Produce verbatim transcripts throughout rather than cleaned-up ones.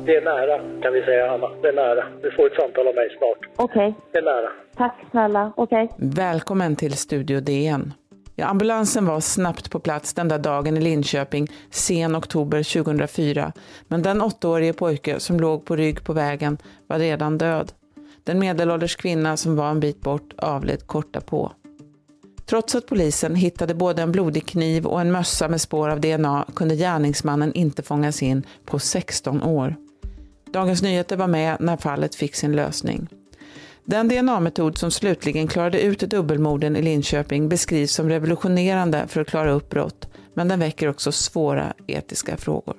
Det är nära, kan vi säga, Anna. Det är nära. Du får ett samtal av mig snart. Okej. Okay. Det är nära. Tack snälla. Okej. Okay. Välkommen till Studio D N. Ja, ambulansen var snabbt på plats den där dagen i Linköping, sen oktober tjugohundrafyra. Men den åttaårige pojke som låg på rygg på vägen var redan död. Den medelålders kvinna som var en bit bort avled kort därpå. Trots att polisen hittade både en blodig kniv och en mössa med spår av D N A kunde gärningsmannen inte fångas in på sexton år. Dagens Nyheter var med när fallet fick sin lösning. Den D N A-metod som slutligen klarade ut dubbelmorden i Linköping beskrivs som revolutionerande för att klara upp brott, men den väcker också svåra etiska frågor.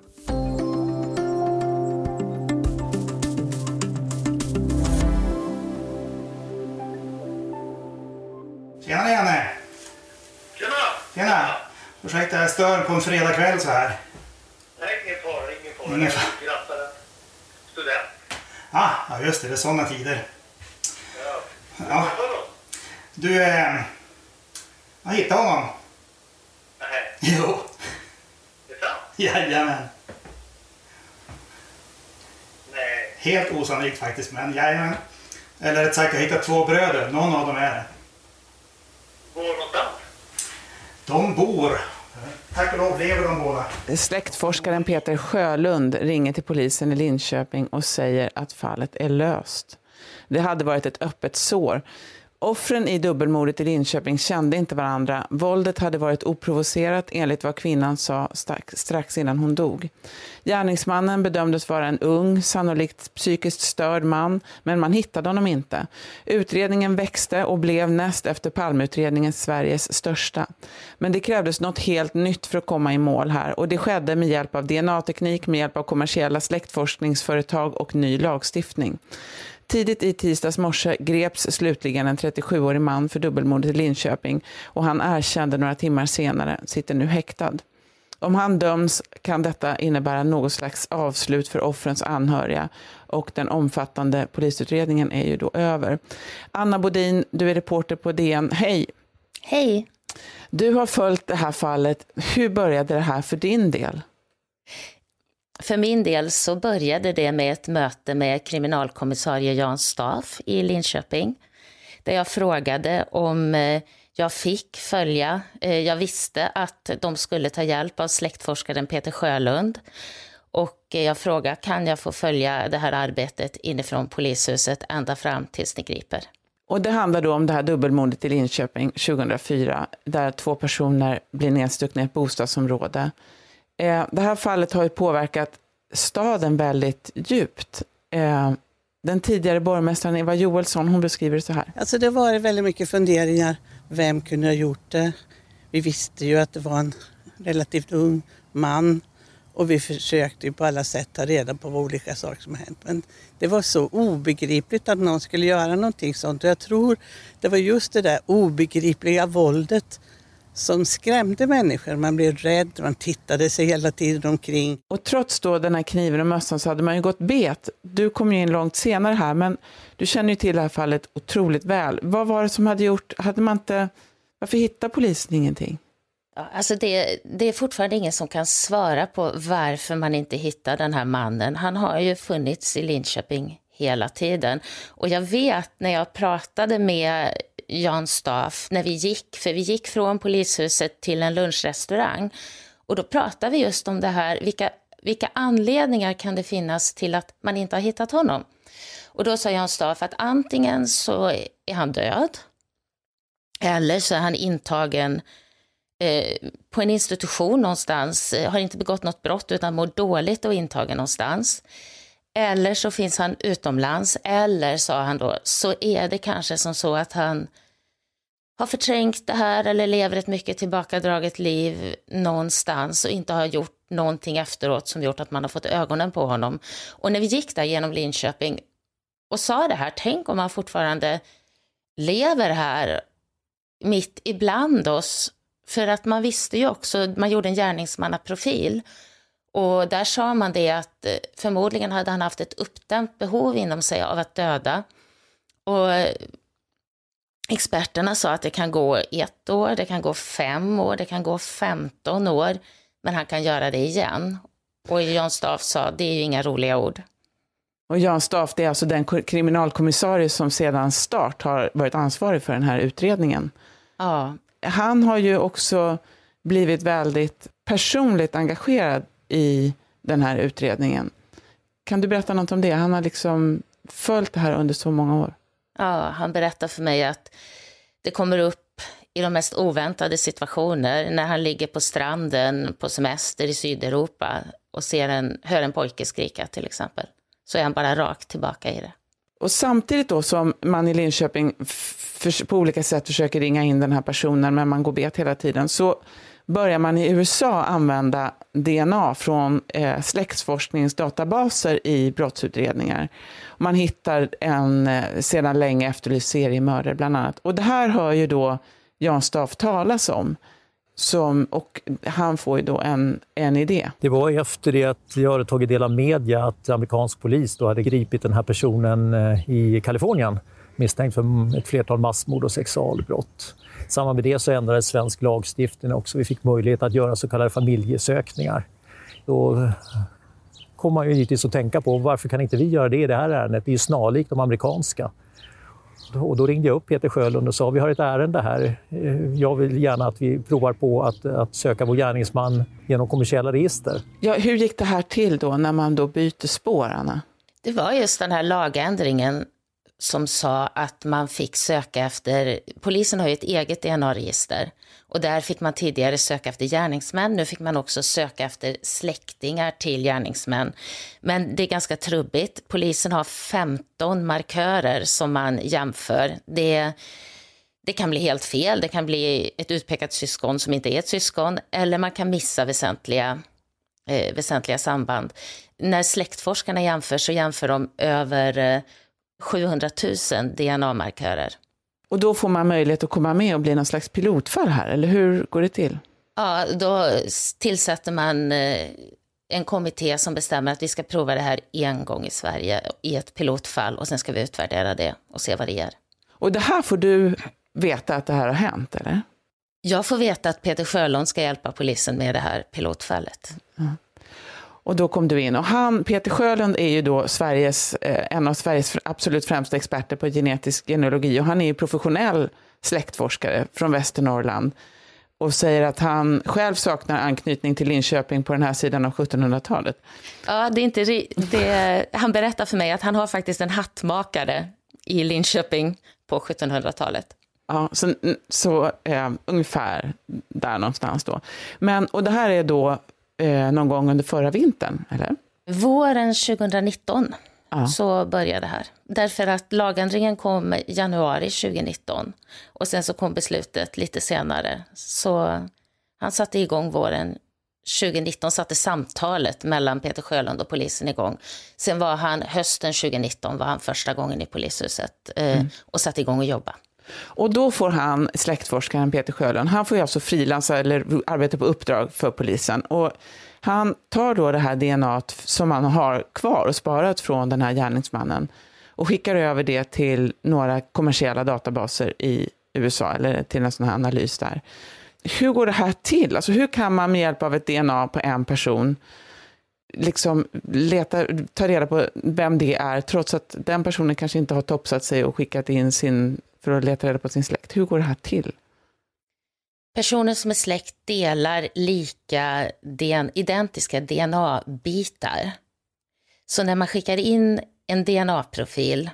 Tjena Janne! Tjena! Tjena! Ursäkta, jag stör på en fredagkväll så här. Nej, ingen fara, ingen fara. Ingen fara. Jag grattar en student. Ah, ja, just det, det är sådana tider. Ja. Ja. Du, eh, jag hittade honom. Nej. Jo. Det är sant? Jajamän. Nej. Helt osannolikt faktiskt, men jajamän. Eller rätt sagt, jag hittade två bröder. Någon av dem är det. Var någonstans? De bor. Tack och lov lever de båda. Släktforskaren Peter Sjölund ringer till polisen i Linköping och säger att fallet är löst. Det hade varit ett öppet sår. Offren i dubbelmordet i Linköping kände inte varandra. Våldet hade varit oprovocerat enligt vad kvinnan sa strax innan hon dog. Gärningsmannen bedömdes vara en ung, sannolikt psykiskt störd man, men man hittade honom inte. Utredningen växte och blev näst efter Palmeutredningen Sveriges största. Men det krävdes något helt nytt för att komma i mål här, och det skedde med hjälp av D N A-teknik, med hjälp av kommersiella släktforskningsföretag och ny lagstiftning. Tidigt i tisdags morse greps slutligen en trettiosjuårig man för dubbelmordet i Linköping, och han erkände några timmar senare, sitter nu häktad. Om han döms kan detta innebära något slags avslut för offrens anhöriga, och den omfattande polisutredningen är ju då över. Anna Bodin, du är reporter på D N. Hej! Hej! Du har följt det här fallet. Hur började det här för din del? För min del så började det med ett möte med kriminalkommissarie Jan Staff i Linköping, där jag frågade om jag fick följa. Jag visste att de skulle ta hjälp av släktforskaren Peter Sjölund, och jag frågade, kan jag få följa det här arbetet inifrån polishuset ända fram tills ni griper? Och det handlar då om det här dubbelmordet i Linköping tjugohundrafyra, där två personer blir nedstuckna i ett bostadsområde. Eh, det här fallet har ju påverkat staden väldigt djupt. Eh, den tidigare borgmästaren Eva Joelsson, hon beskriver det så här. Alltså det var väldigt mycket funderingar. Vem kunde ha gjort det? Vi visste ju att det var en relativt ung man. Och vi försökte ju på alla sätt ta reda på vad olika saker som har hänt. Men det var så obegripligt att någon skulle göra någonting sånt. Och jag tror det var just det där obegripliga våldet som skrämde människor. Man blev rädd, man tittade sig hela tiden omkring. Och trots då den här kniven och mössan så hade man ju gått bet. Du kom ju in långt senare här, men du känner ju till det här fallet otroligt väl. Vad var det som hade gjort, hade man inte, varför hittade polisen ingenting? Ja, alltså det, det är fortfarande ingen som kan svara på varför man inte hittar den här mannen. Han har ju funnits i Linköping hela tiden. Och jag vet när jag pratade med Jan Staff, när vi gick, för vi gick från polishuset till en lunchrestaurang, och då pratade vi just om det här, vilka, vilka anledningar kan det finnas till att man inte har hittat honom? Och då sa Jan Staff att antingen så är han död, eller så är han intagen eh, på en institution någonstans, har inte begått något brott utan mår dåligt och intagen någonstans. Eller så finns han utomlands, eller, sa han då, så är det kanske som så att han har förträngt det här eller lever ett mycket tillbakadraget liv någonstans och inte har gjort någonting efteråt som gjort att man har fått ögonen på honom. Och när vi gick där genom Linköping och sa det här, tänk om han fortfarande lever här mitt ibland oss, för att man visste ju också, man gjorde en gärningsmannaprofil. Och där sa man det att förmodligen hade han haft ett uppdämt behov inom sig av att döda. Och experterna sa att det kan gå ett år, det kan gå fem år, det kan gå femton år. Men han kan göra det igen. Och Jan Staff sa, det är ju inga roliga ord. Och Jan Staff, det är alltså den kriminalkommissarie som sedan start har varit ansvarig för den här utredningen. Ja. Han har ju också blivit väldigt personligt engagerad i den här utredningen. Kan du berätta något om det? Han har liksom följt det här under så många år. Ja, han berättar för mig att det kommer upp i de mest oväntade situationer när han ligger på stranden på semester i Sydeuropa och ser en, hör en pojke skrika till exempel. Så är han bara rakt tillbaka i det. Och samtidigt då som man i Linköping f- på olika sätt försöker ringa in den här personen, men man går bet hela tiden, så börjar man i U S A använda D N A från eh, släktforskningsdatabaser i brottsutredningar. Man hittar en eh, sedan länge efterlyst seriemördare bland annat. Och det här hör ju då Jan Staff talas om. Som, och han får ju då en, en idé. Det var efter det att jag hade tagit del av media att amerikansk polis då hade gripit den här personen i Kalifornien misstänkt för ett flertal massmord och sexualbrott. I samband med det så ändrades svensk lagstiftning också. Vi fick möjlighet att göra så kallade familjesökningar. Då kom man ju givetvis att tänka på varför kan inte vi göra det i det här ärendet? Det är ju snarlikt de amerikanska. Och då ringde jag upp Peter Sjölund och sa vi har ett ärende här. Jag vill gärna att vi provar på att, att söka vår gärningsman genom kommersiella register. Ja, hur gick det här till då när man då byter spår, Anna? Det var just den här lagändringen som sa att man fick söka efter, polisen har ju ett eget D N A-register och där fick man tidigare söka efter gärningsmän, nu fick man också söka efter släktingar till gärningsmän. Men det är ganska trubbigt, polisen har femton markörer som man jämför. Det, det kan bli helt fel, det kan bli ett utpekat syskon som inte är ett syskon eller man kan missa väsentliga, eh, väsentliga samband. När släktforskarna jämför så jämför de över eh, sjuhundratusen D N A-markörer. Och då får man möjlighet att komma med och bli någon slags pilotfall här, eller hur går det till? Ja, då tillsätter man en kommitté som bestämmer att vi ska prova det här en gång i Sverige i ett pilotfall och sen ska vi utvärdera det och se vad det ger. Och det här får du veta att det här har hänt, eller? Jag får veta att Peter Sjölund ska hjälpa polisen med det här pilotfallet. Mm. Och då kom du in. Och han, Peter Sjölund är ju då Sveriges, eh, en av Sveriges absolut främsta experter på genetisk genealogi. Och han är ju professionell släktforskare från Västernorrland. Och säger att han själv saknar anknytning till Linköping på den här sidan av sjuttonhundratalet. Ja, det är inte det, han berättar för mig att han har faktiskt en hattmakare i Linköping på sjuttonhundratalet. Ja, så, så eh, ungefär där någonstans då. Men, och det här är då eh, någon gång under förra vintern, eller? Våren tjugonitton ja. Så började det här. Därför att lagändringen kom i januari tjugonitton. Och sen så kom beslutet lite senare. Så han satte igång våren tjugonitton, satte samtalet mellan Peter Sjölund och polisen igång. Sen var han, hösten tjugonitton var han första gången i polishuset eh, mm. och satte igång och jobba. Och då får han, släktforskaren Peter Sjölund, han får ju alltså frilansa eller arbeta på uppdrag för polisen. Och han tar då det här D N A som han har kvar och sparat från den här gärningsmannen och skickar över det till några kommersiella databaser i U S A eller till en sån här analys där. Hur går det här till? Alltså hur kan man med hjälp av ett D N A på en person liksom leta, ta reda på vem det är trots att den personen kanske inte har topsat sig och skickat in sin för att leta reda på sin släkt? Hur går det här till? Personer som är släkt delar lika D N, identiska D N A-bitar. Så när man skickar in en D N A-profil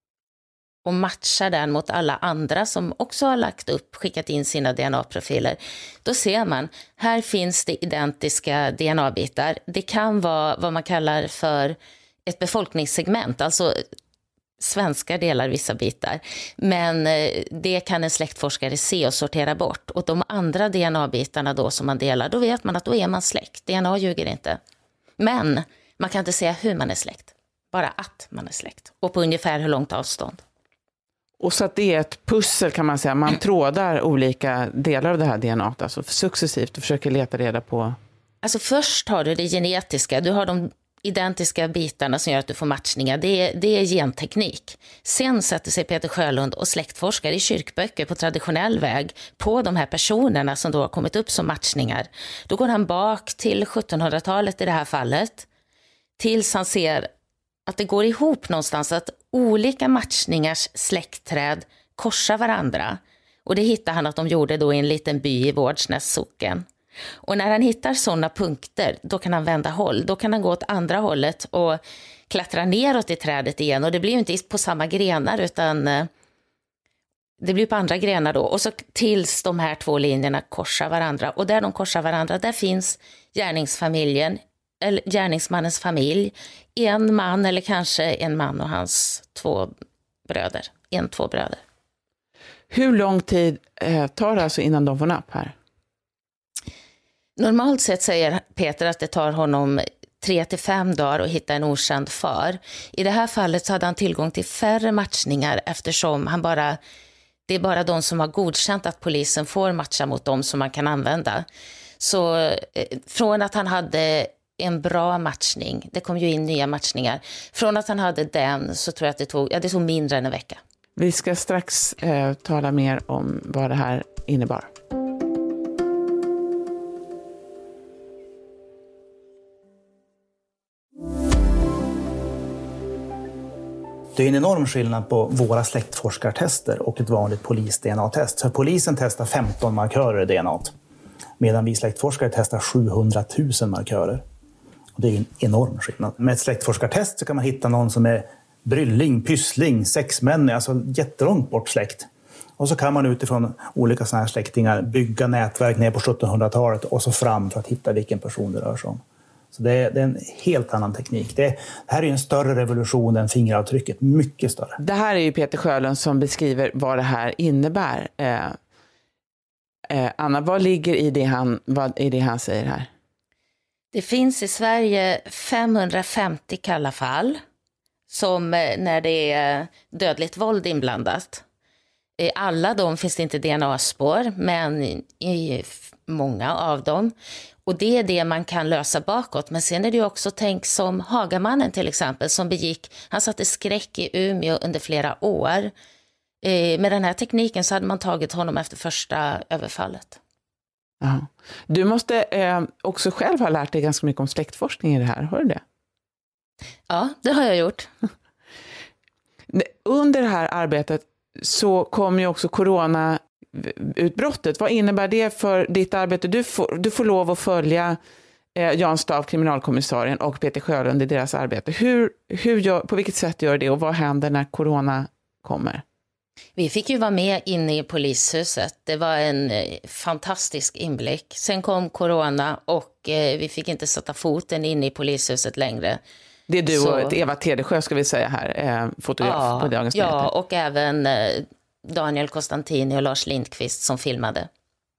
och matchar den mot alla andra som också har lagt upp, skickat in sina D N A-profiler, då ser man, här finns det identiska D N A-bitar. Det kan vara vad man kallar för ett befolkningssegment, alltså svenskar delar vissa bitar, men det kan en släktforskare se och sortera bort. Och de andra D N A-bitarna då som man delar, då vet man att då är man släkt. D N A ljuger inte. Men man kan inte säga hur man är släkt, bara att man är släkt. Och på ungefär hur långt avstånd. Och så att det är ett pussel kan man säga. Man trådar olika delar av det här D N A, alltså successivt och försöker leta reda på. Alltså först har du det genetiska, du har de identiska bitarna som gör att du får matchningar. Det är, det är genteknik. Sen sätter sig Peter Sjölund och släktforskar i kyrkböcker på traditionell väg på de här personerna som då har kommit upp som matchningar. Då går han bak till sjuttonhundratalet i det här fallet tills han ser att det går ihop någonstans, att olika matchningars släktträd korsar varandra. Och det hittar han att de gjorde då i en liten by i Vårdsnäs socken. Och när han hittar sådana punkter, då kan han vända håll. Då kan han gå åt andra hållet och klättra neråt i trädet igen. Och det blir ju inte på samma grenar, utan det blir på andra grenar då. Och så tills de här två linjerna korsar varandra. Och där de korsar varandra, där finns gärningsfamiljen, eller gärningsmannens familj. En man eller kanske en man och hans två bröder. En, två bröder. Hur lång tid eh, tar det alltså innan de får napp här? Normalt sett säger Peter att det tar honom tre till fem dagar att hitta en okänd far. I det här fallet så hade han tillgång till färre matchningar eftersom han bara, det är bara de som har godkänt att polisen får matcha mot dem som man kan använda. Så eh, från att han hade en bra matchning, det kom ju in nya matchningar, från att han hade den så tror jag att det tog, ja, det tog mindre än en vecka. Vi ska strax eh, tala mer om vad det här innebar. Det är en enorm skillnad på våra släktforskartester och ett vanligt polis-D N A-test. Så polisen testar femton markörer i D N A, medan vi släktforskare testar sjuhundratusen markörer. Och det är en enorm skillnad. Med ett släktforskartest så kan man hitta någon som är brylling, pyssling, sexmännig, alltså jättelångt bort släkt. Och så kan man utifrån olika sådana här släktingar bygga nätverk ner på sjuttonhundratalet och så fram för att hitta vilken person det rör sig om. Så det är, det är en helt annan teknik. Det, är, det här är en större revolution än fingeravtrycket, mycket större. Det här är ju Peter Sjölund som beskriver vad det här innebär. Eh, eh, Anna, vad ligger i det, han, vad, i det han säger här? Det finns i Sverige femhundrafemtio kalla fall som när det är dödligt våld inblandat. I alla de finns det inte D N A-spår, men i många av dem. Och det är det man kan lösa bakåt. Men sen är det ju också tänk som Hagamannen till exempel som begick, han satte skräck i Umeå under flera år. Eh, med den här tekniken så hade man tagit honom efter första överfallet. Aha. Du måste eh, också själv ha lärt dig ganska mycket om släktforskning i det här, hör du det? Ja, det har jag gjort. Under det här arbetet så kom ju också coronautbrottet. Vad innebär det för ditt arbete? Du får, du får lov att följa eh, Jan Stav, kriminalkommissarien, och Peter Sjölund i deras arbete. Hur, hur gör, på vilket sätt gör det och vad händer när corona kommer? Vi fick ju vara med inne i polishuset. Det var en eh, fantastisk inblick. Sen kom corona och eh, vi fick inte sätta foten inne i polishuset längre. Det är du Så, och Eva Tedesjö ska vi säga här, eh, fotograf ja, på Dagens Ja, Nyheter. och även eh, Daniel Costantini och Lars Lindqvist som filmade.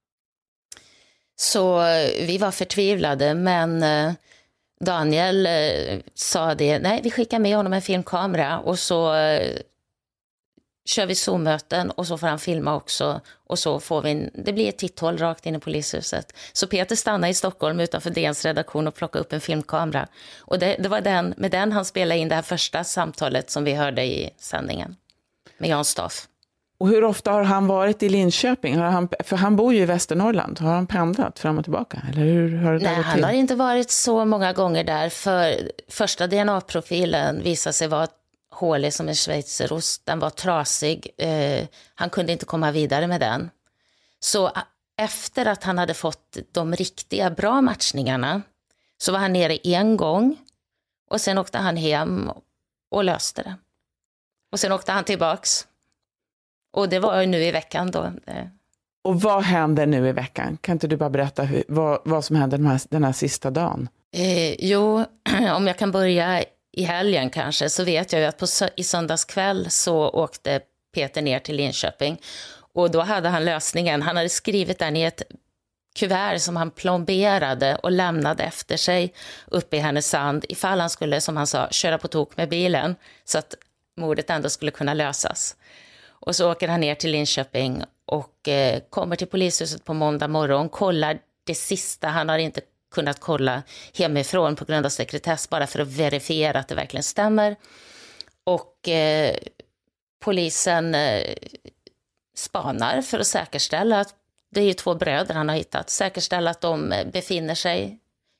Så eh, vi var förtvivlade, men eh, Daniel eh, sa det, nej vi skickar med honom en filmkamera och så eh, kör vi Zoom-möten och så får han filma också och så får vi en, det blir ett titthåll rakt in i polishuset. Så Peter stannade i Stockholm utanför D N:s redaktion och plockade upp en filmkamera. Och det, det var den, med den han spelade in det här första samtalet som vi hörde i sändningen med Jan Staff. Och hur ofta har han varit i Linköping? Har han, för han bor ju i Västernorrland. Har han pendlat fram och tillbaka? Eller hur har det Nej, gått han till? har inte varit så många gånger där, för första D N A-profilen visade sig vara hålig som en schweizerost. Den var trasig. Eh, han kunde inte komma vidare med den. Så efter att han hade fått de riktiga bra matchningarna så var han nere en gång och sen åkte han hem och löste det. Och sen åkte han tillbaks. Och det var ju nu i veckan då. Och vad händer nu i veckan? Kan inte du bara berätta hur, vad, vad som händer den här, den här sista dagen? Eh, jo, om jag kan börja i helgen kanske, så vet jag ju att på, i söndagskväll så åkte Peter ner till Linköping. Och då hade han lösningen. Han hade skrivit den i ett kuvert som han plomberade och lämnade efter sig uppe i Härnösand ifall han skulle, som han sa, köra på tok med bilen så att mordet ändå skulle kunna lösas. Och så åker han ner till Linköping och eh, kommer till polishuset på måndag morgon, kollar det sista. Han har inte kunnat kolla hemifrån på grund av sekretess, bara för att verifiera att det verkligen stämmer. Och eh, polisen eh, spanar för att säkerställa att det är ju två bröder han har hittat. Säkerställa att de befinner sig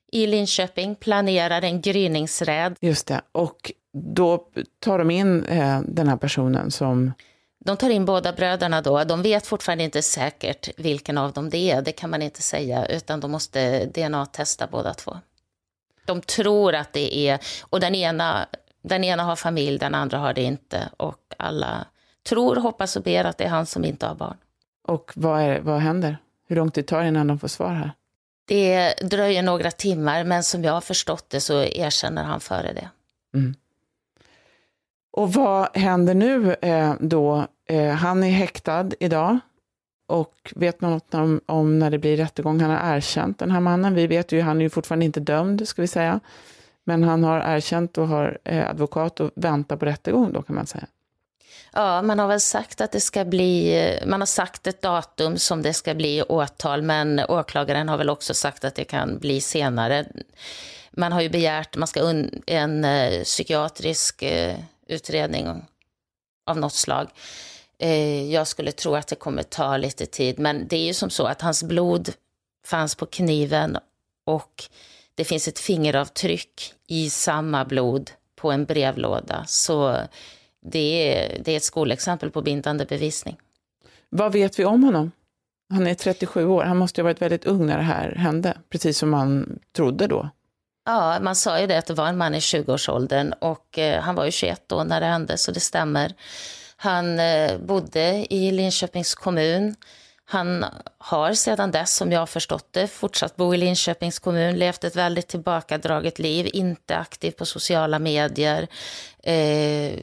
i Linköping, planerar en gryningsräd. Just det, och då tar de in eh, den här personen som... De tar in båda bröderna då. De vet fortfarande inte säkert vilken av dem det är. Det kan man inte säga, utan de måste D N A-testa båda två. De tror att det är... Och den ena, den ena har familj, den andra har det inte. Och alla tror, hoppas och ber att det är han som inte har barn. Och vad, är, vad händer? Hur lång tid tar det innan de får svar här? Det dröjer några timmar, men som jag har förstått det så erkänner han före det. Mm. Och vad händer nu eh, då? Eh, han är häktad idag. Och vet man något om, om när det blir rättegång? Han har erkänt den här mannen. Vi vet ju, han är ju fortfarande inte dömd, ska vi säga. Men han har erkänt och har eh, advokat och väntar på rättegång då, kan man säga. Ja, man har väl sagt att det ska bli, man har sagt ett datum som det ska bli åtal, men åklagaren har väl också sagt att det kan bli senare. Man har ju begärt, man ska un, en eh, psykiatrisk eh, utredning av något slag. Eh, jag skulle tro att det kommer ta lite tid, men det är ju som så att hans blod fanns på kniven och det finns ett fingeravtryck i samma blod på en brevlåda, så det är, det är ett skolexempel på bindande bevisning. Vad vet vi om honom? Han är trettiosju år, han måste ju ha varit väldigt ung när det här hände, precis som man trodde då. Ja, man sa ju det att det var en man i tjugoårsåldern och eh, han var ju tjugoett då när det hände, så det stämmer. Han eh, bodde i Linköpings kommun. Han har sedan dess, som jag har förstått det, fortsatt bo i Linköpings kommun, levt ett väldigt tillbakadraget liv, inte aktiv på sociala medier. Eh,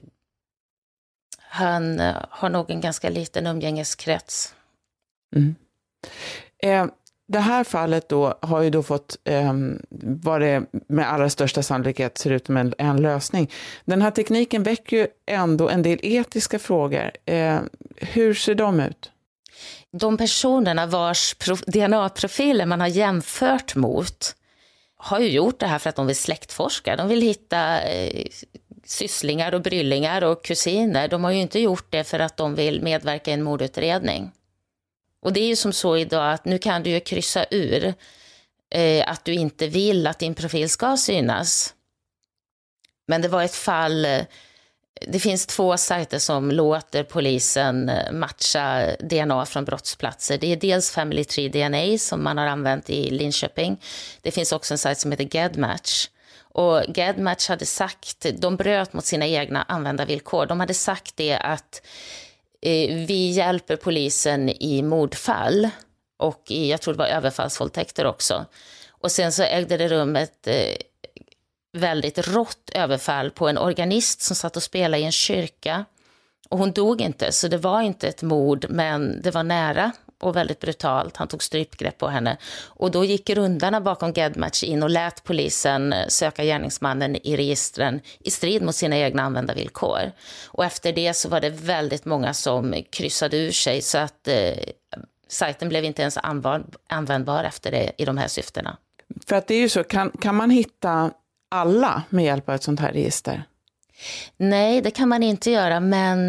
han eh, har nog en ganska liten umgängeskrets. Mm. Eh, det här fallet då har ju då fått, eh, vad det med allra största sannolikhet ser ut som en, en lösning. Den här tekniken väcker ju ändå en del etiska frågor. Eh, hur ser de ut? De personerna vars D N A-profiler man har jämfört mot har ju gjort det här för att de vill släktforska. De vill hitta eh, sysslingar och bryllingar och kusiner. De har ju inte gjort det för att de vill medverka i en mordutredning. Och det är ju som så idag att nu kan du ju kryssa ur eh, att du inte vill att din profil ska synas. Men det var ett fall... Det finns två sajter som låter polisen matcha D N A från brottsplatser. Det är dels Family Tree D N A som man har använt i Linköping. Det finns också en sajt som heter Gedmatch. Och Gedmatch hade sagt, de bröt mot sina egna användarvillkor. De hade sagt det att eh, vi hjälper polisen i mordfall och i, jag tror det var överfallsvåldtäkter också. Och sen så ägde det rum ett... Eh, väldigt rått överfall på en organist som satt och spelade i en kyrka. Och hon dog inte, så det var inte ett mord, men det var nära och väldigt brutalt. Han tog strypgrepp på henne. Och då gick rundarna bakom Gedmatch in och lät polisen söka gärningsmannen i registren i strid mot sina egna användarvillkor. Och efter det så var det väldigt många som kryssade ur sig, så att eh, sajten blev inte ens användbar efter det i de här syftena. För att det är ju så, kan, kan man hitta alla med hjälp av ett sånt här register? Nej, det kan man inte göra, men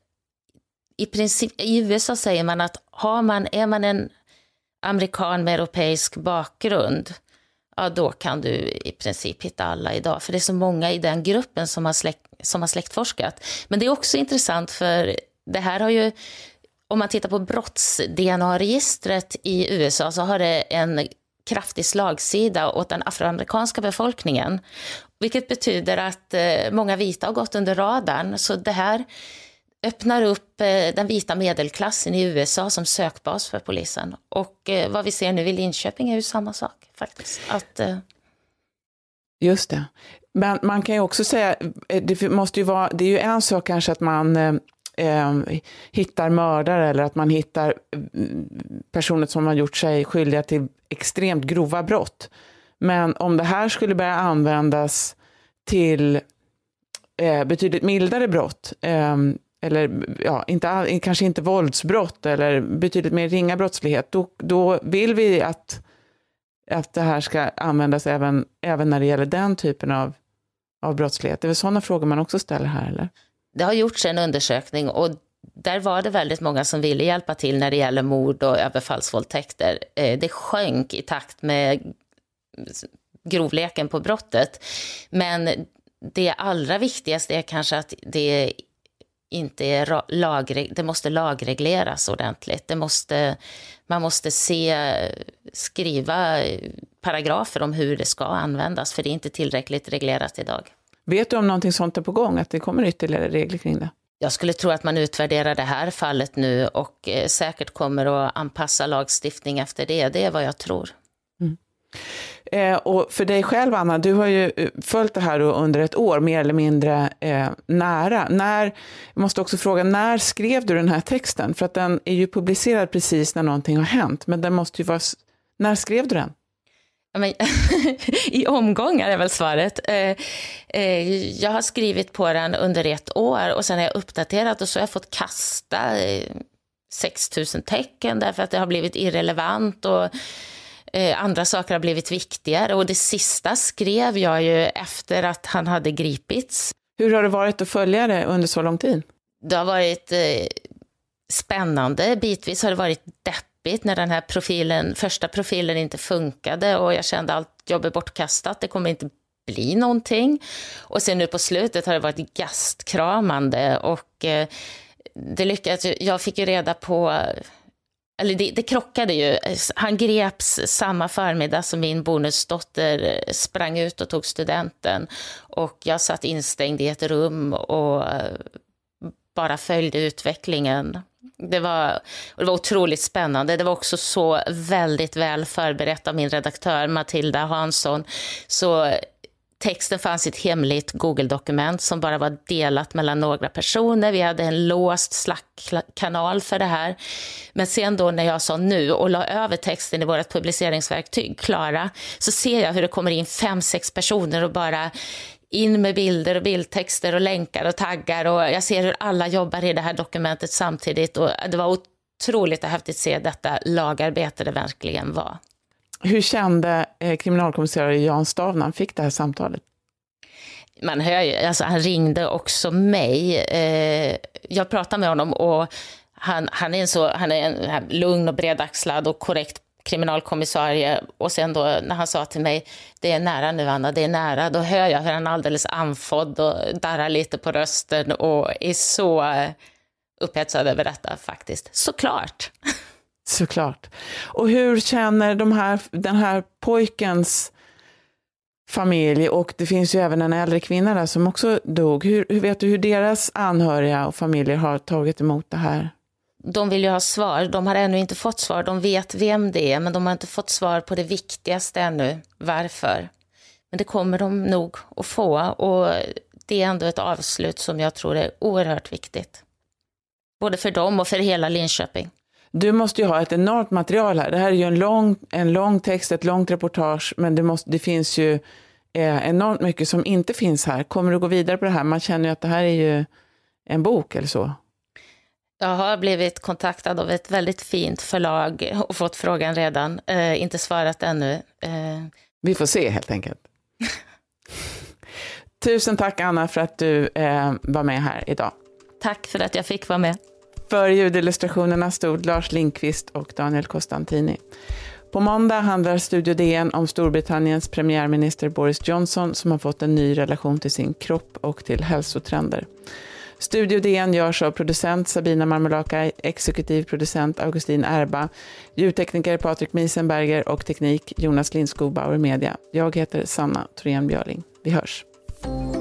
i princip i U S A säger man att har man, är man en amerikan med europeisk bakgrund, ja då kan du i princip hitta alla idag, för det är så många i den gruppen som har, släkt, som har släktforskat. Men det är också intressant, för det här har ju, om man tittar på brotts-D N A-registret i U S A, så har det en kraftig slagsida åt den afroamerikanska befolkningen, vilket betyder att eh, många vita har gått under radarn, så det här öppnar upp eh, den vita medelklassen i U S A som sökbas för polisen. Och eh, vad vi ser nu i Linköping är ju samma sak faktiskt. Att, eh... Just det. Men man kan ju också säga, det måste ju vara, det är ju en sak kanske att man eh, Eh, hittar mördare eller att man hittar personer som har gjort sig skyldiga till extremt grova brott. Men om det här skulle börja användas till eh, betydligt mildare brott, eh, eller ja, inte, kanske inte våldsbrott eller betydligt mer ringa brottslighet, då, då vill vi att, att det här ska användas även, även när det gäller den typen av, av brottslighet. Det är väl sådana frågor man också ställer här, eller? Det har gjorts en undersökning och där var det väldigt många som ville hjälpa till när det gäller mord och överfallsvåldtäkter. Det sjönk i takt med grovleken på brottet. Men det allra viktigaste är kanske att det inte är lagre, det måste lagregleras ordentligt. Det måste, man måste se, skriva paragrafer om hur det ska användas, för det är inte tillräckligt reglerat idag. Vet du om någonting sånt är på gång, att det kommer ytterligare regler kring det? Jag skulle tro att man utvärderar det här fallet nu och eh, säkert kommer att anpassa lagstiftning efter det. Det är vad jag tror. Mm. Eh, och för dig själv, Anna, du har ju följt det här under ett år, mer eller mindre eh, nära. När, jag måste också fråga, när skrev du den här texten? För att den är ju publicerad precis när någonting har hänt. Men den måste ju vara... När skrev du den? Men, i omgångar är väl svaret. Eh, eh, jag har skrivit på den under ett år och sen har jag uppdaterat och så har jag fått kasta eh, sex tusen tecken därför att det har blivit irrelevant och eh, andra saker har blivit viktigare. Och det sista skrev jag ju efter att han hade gripits. Hur har det varit att följa det under så lång tid? Det har varit eh, spännande. Bitvis har det varit deppigt när den här profilen, första profilen inte funkade och jag kände allt jobb är bortkastat, det kommer inte bli någonting. Och sen nu på slutet har det varit gastkramande och eh, det lyckades, jag fick ju reda på, eller det, det krockade ju, han greps samma förmiddag som min bonusdotter sprang ut och tog studenten och jag satt instängd i ett rum och bara följde utvecklingen. Det var, det var otroligt spännande. Det var också så väldigt väl förberett av min redaktör Matilda Hansson. Så texten fanns i ett hemligt Google-dokument som bara var delat mellan några personer. Vi hade en låst Slack-kanal för det här. Men sen då när jag sa nu och la över texten i vårt publiceringsverktyg, Klara, så ser jag hur det kommer in fem, sex personer och bara in med bilder och bildtexter och länkar och taggar och jag ser hur alla jobbar i det här dokumentet samtidigt och det var otroligt häftigt att se detta lagarbete det verkligen var. Hur kände eh, kriminalkommissarie Jan Stav när han fick det här samtalet? Man hör ju, alltså han ringde också mig. Eh, jag pratade med honom och han, han är en så han är en lugn och bredaxlad och korrekt kriminalkommissarie och sen då när han sa till mig det är nära nu Anna, det är nära, då hör jag hur han är alldeles andfådd och darrar lite på rösten och är så upphetsad över detta faktiskt. Såklart. Såklart. Och hur känner de här, den här pojkens familj, och det finns ju även en äldre kvinna där som också dog. Hur, hur vet du hur deras anhöriga och familjer har tagit emot det här? De vill ju ha svar. De har ännu inte fått svar. De vet vem det är, men de har inte fått svar på det viktigaste ännu. Varför? Men det kommer de nog att få. Och det är ändå ett avslut som jag tror är oerhört viktigt. Både för dem och för hela Linköping. Du måste ju ha ett enormt material här. Det här är ju en lång, en lång text, ett långt reportage. Men det, måste, det finns ju eh, enormt mycket som inte finns här. Kommer du gå vidare på det här? Man känner ju att det här är ju en bok eller så. Jag har blivit kontaktad av ett väldigt fint förlag och fått frågan redan. Eh, inte svarat ännu. Eh. Vi får se helt enkelt. Tusen tack Anna för att du eh, var med här idag. Tack för att jag fick vara med. För ljudillustrationerna stod Lars Lindqvist och Daniel Costantini. På måndag handlar Studio D N om Storbritanniens premiärminister Boris Johnson som har fått en ny relation till sin kropp och till hälsotrender. Studio D N görs av producent Sabina Marmelakai, exekutiv producent Augustin Erba, ljudtekniker Patrik Miesenberger och teknik Jonas Lindskog Bauer Media. Jag heter Sanna Thorén Björling. Vi hörs.